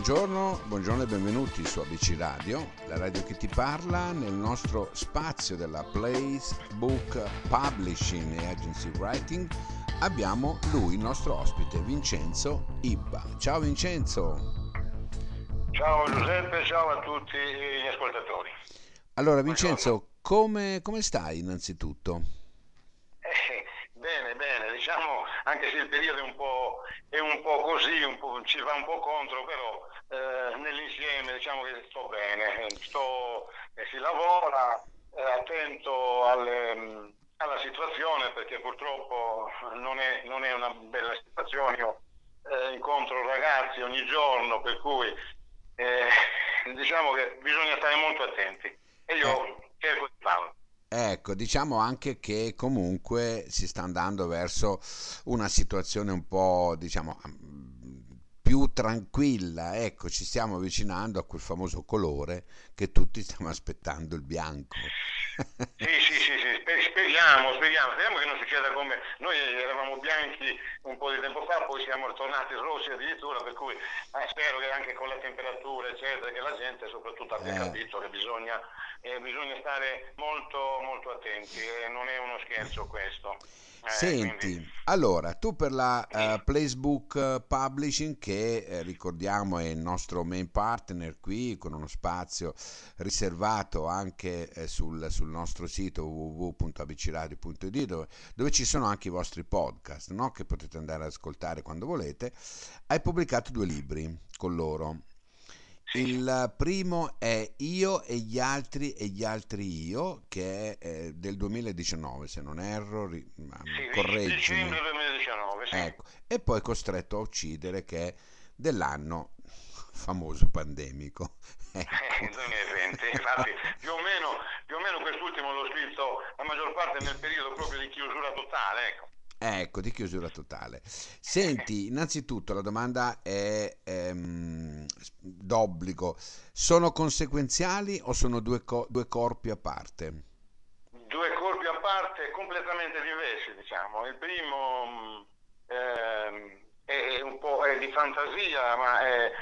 Buongiorno e benvenuti su ABC Radio, la radio che ti parla nel nostro spazio della Place Book Publishing e Agency Writing. Abbiamo lui, il nostro ospite, Vincenzo Ibba. Ciao Vincenzo! Ciao Giuseppe, ciao a tutti gli ascoltatori. Allora Buongiorno. Vincenzo, come stai innanzitutto? Bene, diciamo, anche se il periodo è un po' così, ci va un po' contro, però nell'insieme diciamo che sto bene, si lavora, attento alla situazione perché purtroppo non è una bella situazione. Io incontro ragazzi ogni giorno, per cui eh, diciamo che bisogna stare molto attenti e Eh, io cerco di farlo. ecco, diciamo anche che comunque si sta andando verso una situazione un po', diciamo, più tranquilla. Ecco, ci stiamo avvicinando a quel famoso colore che tutti stiamo aspettando, il bianco. Sì, speriamo che non succeda come noi eravamo bianchi un po' di tempo fa, poi siamo tornati rossi addirittura, per cui spero che anche con la temperatura eccetera, che la gente soprattutto abbia Eh, capito che bisogna stare molto attenti, non è uno scherzo questo. Quindi Senti, allora, tu per la sì. Placebook Publishing, che ricordiamo è il nostro main partner qui, con uno spazio riservato anche sul nostro sito www.abcradio.it, dove ci sono anche i vostri podcast, no? Che potete andare ad ascoltare quando volete, hai pubblicato due libri con loro. Sì. Il primo è Io e gli altri io, che è del 2019, se non erro, Sì, correggimi. dicembre 2019, sì. Ecco, e poi Costretto a uccidere, che è dell'anno famoso pandemico. Ecco. 2020, infatti più o meno quest'ultimo l'ho scritto la maggior parte nel periodo proprio di chiusura totale, ecco. Ecco, di chiusura totale. Senti, innanzitutto la domanda è d'obbligo. Sono conseguenziali o sono due corpi a parte? Due corpi a parte completamente diversi, diciamo. Il primo è un po' è di fantasia, ma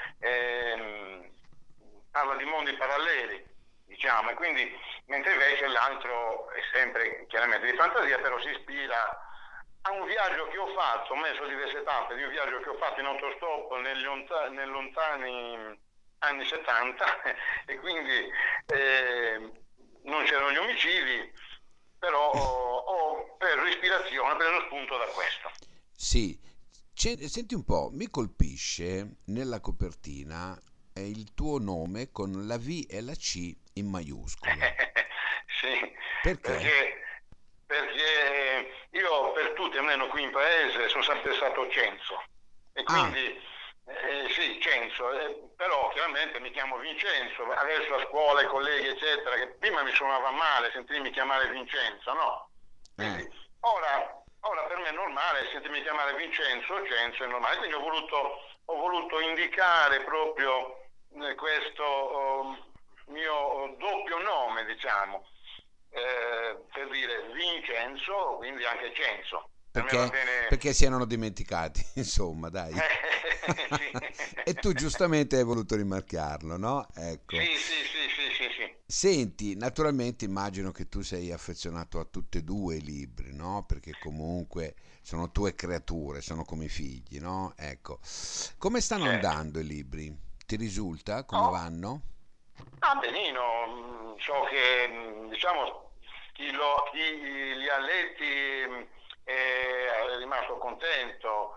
parla di mondi paralleli, diciamo, e quindi mentre invece l'altro è sempre chiaramente di fantasia, però si ispira a un viaggio che ho fatto, ho messo diverse tappe di un viaggio che ho fatto in autostop nei lontani anni 70 e quindi non c'erano gli omicidi, però ho preso ispirazione, ho preso spunto da questo. Sì, senti un po', mi colpisce nella copertina il tuo nome con la V e la C in maiuscolo. Sì, Perché? perché io per tutti, almeno qui in paese, sono sempre stato Censo e Ah, quindi sì, Censo, però chiaramente mi chiamo Vincenzo, adesso a scuola i colleghi eccetera, che prima mi suonava male sentirmi chiamare Vincenzo, no? eh, Quindi ora per me è normale sentirmi chiamare Vincenzo o Cenzo, è normale, quindi ho voluto indicare proprio questo mio doppio nome, diciamo, per dire Vincenzo, quindi anche Cenzo. Per me va bene. perché si erano dimenticati, insomma, dai. Sì. E tu giustamente hai voluto rimarcarlo, no? Ecco. Sì. Senti, naturalmente immagino che tu sei affezionato a tutti e due i libri, no? Perché comunque sono tue creature, sono come i figli, no? Ecco. Come stanno Certo. andando i libri? Ti risulta come Oh, vanno? benino, so che diciamo chi li ha letti è rimasto contento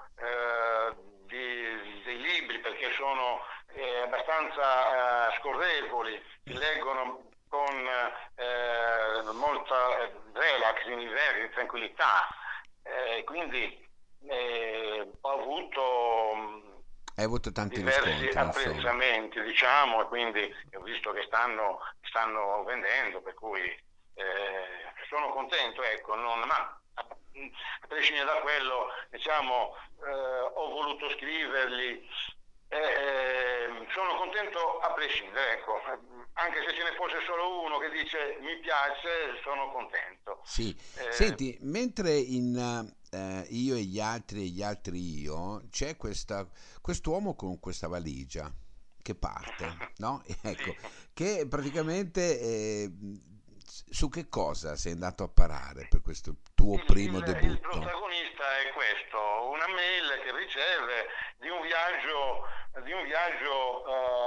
dei libri perché sono abbastanza scorrevoli, si leggono con molta relax, in tranquillità, quindi ho avuto Hai avuto tanti diversi riscontri, insomma. apprezzamenti, diciamo, e quindi ho visto che stanno vendendo, per cui sono contento, ecco, ma a prescindere da quello, diciamo, ho voluto scriverli, sono contento a prescindere, ecco, anche se ce ne fosse solo uno che dice mi piace, sono contento. Sì, Eh, senti, mentre in Io e gli altri io c'è quest'uomo con questa valigia. che parte, no? Ecco, Sì. che praticamente su che cosa sei andato a parare per questo tuo primo Il debutto? protagonista è questo, una mail che riceve di un viaggio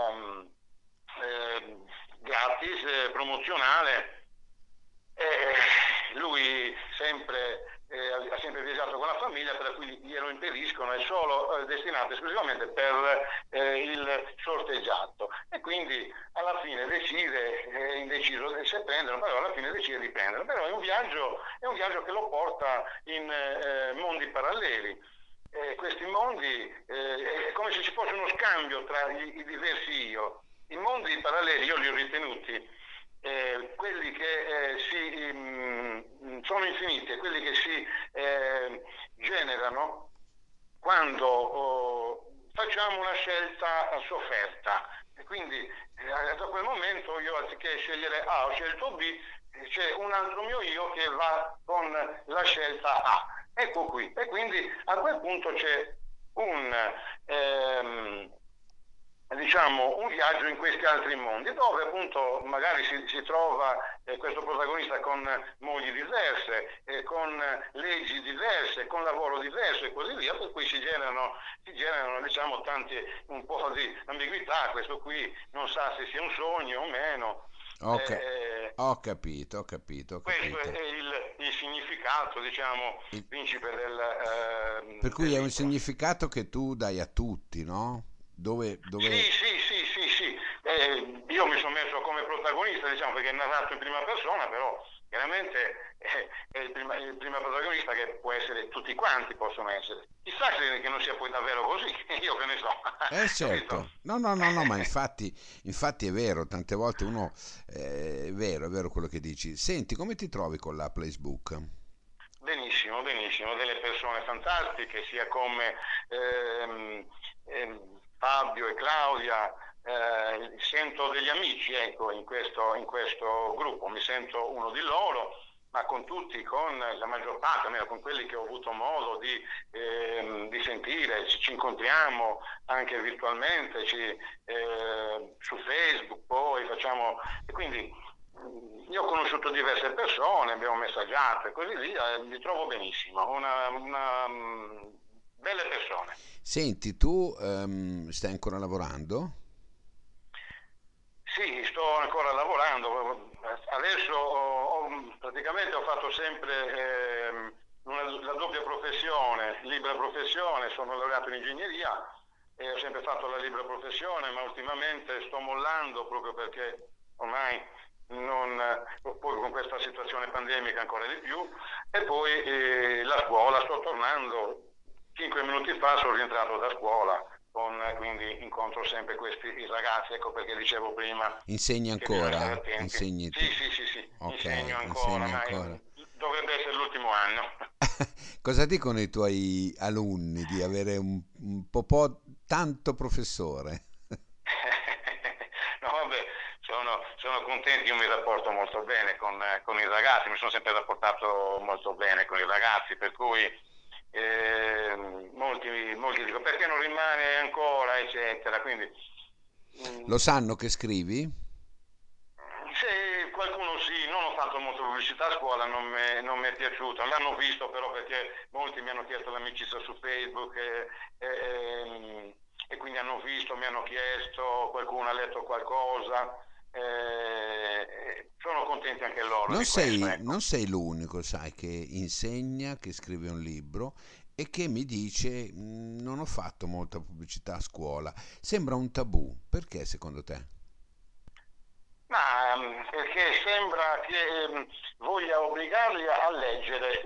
gratis, promozionale. Lui ha sempre viaggiato con la famiglia, per cui glielo impediscono, è solo destinato esclusivamente per il sorteggiato. E quindi alla fine decide, è indeciso se prenderlo, però alla fine decide di prenderlo. Però è un viaggio che lo porta in mondi paralleli. Questi mondi è come se ci fosse uno scambio tra i diversi io. I mondi paralleli io li ho ritenuti quelli che sono infiniti e quelli che si generano quando facciamo una scelta sofferta. E quindi da quel momento io, anziché scegliere A, ho scelto B, c'è un altro mio io che va con la scelta A. Ecco qui. E quindi a quel punto c'è un, ehm, diciamo, un viaggio in questi altri mondi, dove appunto magari si trova questo protagonista con mogli diverse, con leggi diverse, con lavoro diverso e così via, per cui si generano diciamo, un po' di ambiguità. Questo qui non sa se sia un sogno o meno. Ho, ca- Eh, ho capito, ho capito, ho Questo è capito. il significato, diciamo, Il- principe per del cui è un libro. significato che tu dai a tutti, no? Dove... Sì, sì, sì, sì, sì. Io mi sono messo come protagonista, diciamo, perché è narrato in prima persona, però chiaramente è il primo protagonista che può essere, tutti quanti possono essere. Chissà che non sia poi davvero così, io che ne so, capito? Certo, no, no, no, no, ma infatti è vero, tante volte uno, è vero quello che dici. Senti, come ti trovi con la Facebook? Benissimo, benissimo, delle persone fantastiche, sia come Fabio e Claudia, sento degli amici, ecco, in questo gruppo, mi sento uno di loro, ma con tutti, con la maggior parte, almeno con quelli che ho avuto modo di sentire, ci incontriamo anche virtualmente, su Facebook, poi facciamo, e quindi io ho conosciuto diverse persone, abbiamo messaggiato e così via, e mi trovo benissimo, belle persone. Senti, tu stai ancora lavorando? Sì, sto ancora lavorando, adesso praticamente ho fatto sempre la doppia professione, libera professione, sono laureato in ingegneria e ho sempre fatto la libera professione, ma ultimamente sto mollando proprio perché ormai non, poi con questa situazione pandemica ancora di più, e poi la scuola, sto tornando, 5 minuti fa sono rientrato da scuola, quindi incontro sempre questi i ragazzi, ecco perché dicevo prima Insegni che bisogna stare ancora? attenti. Insegni Sì, tu? sì, sì, sì, insegno Ok, ancora, insegni ma ancora. dovrebbe essere l'ultimo anno. Cosa dicono i tuoi alunni di avere un po' tanto professore? No, vabbè, sono contenti, io mi rapporto molto bene con i ragazzi, mi sono sempre rapportato molto bene con i ragazzi, per cui molti dicono perché non rimane ancora, eccetera. Quindi Lo mm, sanno che scrivi? se qualcuno sì, non ho fatto molta pubblicità a scuola, non mi è piaciuto, l'hanno visto però perché molti mi hanno chiesto l'amicizia su Facebook e quindi hanno visto, mi hanno chiesto, qualcuno ha letto qualcosa, sono contenti anche loro Non di questo, sei, ecco. non sei l'unico, sai, che insegna, che scrive un libro e che mi dice non ho fatto molta pubblicità a scuola. Sembra un tabù. Perché secondo te? Ma perché sembra che voglia obbligarli a leggere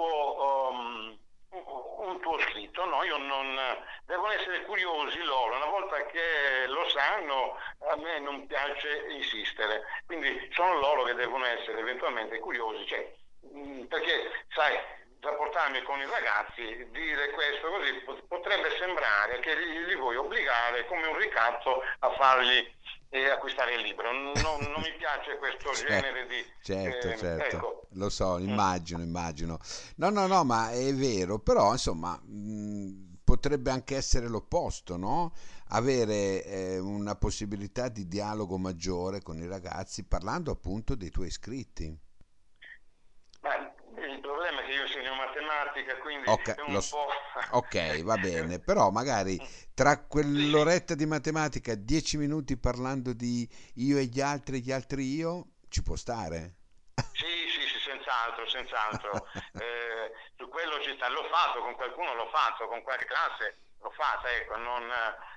un tuo scritto, no? Io non, devono essere curiosi loro, una volta che lo sanno, a me non piace insistere, quindi sono loro che devono essere eventualmente curiosi, cioè, perché sai, rapportarmi con i ragazzi, dire questo così potrebbe sembrare che li vuoi obbligare come un ricatto a fargli acquistare il libro. Non mi piace questo Cioè, genere di... certo, certo, ecco. lo so, Mm. immagino, immagino. No, no, no, ma è vero, però insomma, potrebbe anche essere l'opposto, no? Avere una possibilità di dialogo maggiore con i ragazzi parlando appunto dei tuoi iscritti. Ma il problema è che io insegno matematica, quindi Ok, è un po'... ok, va bene, però magari tra Sì, sì, quell'oretta di matematica, 10 minuti parlando di io e gli altri io, ci può stare? sì, sì, sì, senz'altro, senz'altro. Su quello ci sta, l'ho fatto, con qualcuno l'ho fatto, con qualche classe l'ho fatta, ecco, non,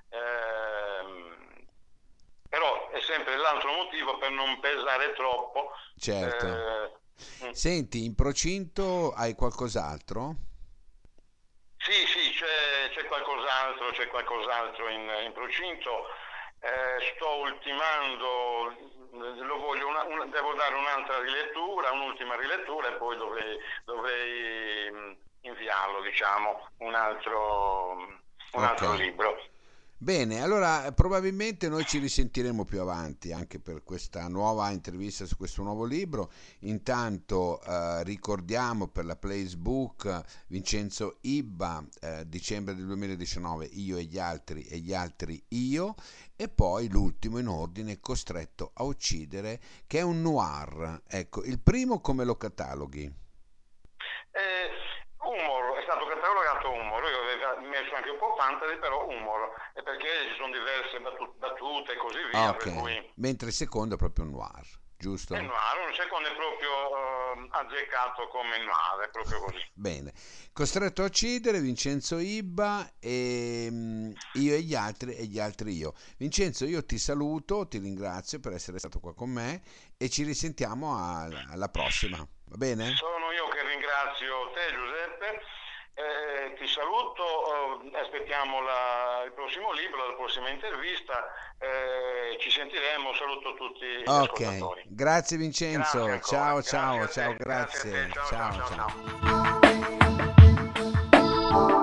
però è sempre l'altro motivo per non pesare troppo. Certo. eh, mm. Senti, in procinto hai qualcos'altro? Sì, sì, c'è qualcos'altro in procinto. Sto ultimando, devo dare un'altra rilettura, un'ultima rilettura e poi dovrei inviarlo, diciamo, un Ok. altro libro. Bene, allora probabilmente noi ci risentiremo più avanti anche per questa nuova intervista su questo nuovo libro. Intanto ricordiamo per la Facebook Vincenzo Ibba, dicembre del 2019, Io e gli altri io, e poi l'ultimo in ordine, Costretto a uccidere, che è un noir. Ecco, il primo come lo cataloghi? Humor, è stato catalogato humor, io avevo messo anche un po' fantasy, però humor, e perché ci sono diverse battute e così Ah, via, per ok, cui mentre il secondo è proprio un noir, è giusto? noir, un secondo è proprio azzeccato come noir, è proprio così. Bene, Costretto a uccidere, Vincenzo Ibba e io e gli altri io. Vincenzo, io ti saluto, ti ringrazio per essere stato qua con me e ci risentiamo alla prossima, va bene? Sono io che ringrazio te Giuseppe, ti saluto, aspettiamo il prossimo libro, la prossima intervista, ci sentiremo, saluto tutti gli Ok, ascoltatori. grazie Grazie Vincenzo, ancora, ciao ciao ciao, grazie a te, grazie, ciao ciao ciao ciao ciao. ciao.